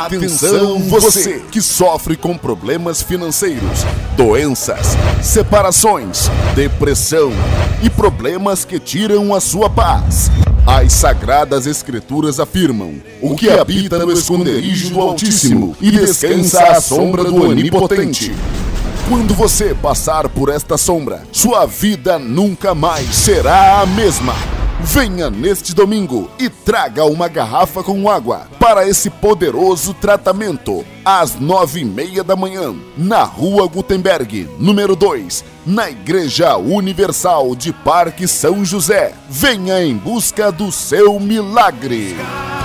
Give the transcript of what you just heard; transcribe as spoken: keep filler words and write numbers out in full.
Atenção você que sofre com problemas financeiros, doenças, separações, depressão e problemas que tiram a sua paz. As Sagradas Escrituras afirmam: o que habita no esconderijo do Altíssimo e descansa à sombra do Onipotente. Quando você passar por esta sombra, sua vida nunca mais será a mesma. Venha neste domingo e traga uma garrafa com água para esse poderoso tratamento, às nove e meia da manhã, na Rua Gutenberg, número dois, na Igreja Universal de Parque São José. Venha em busca do seu milagre.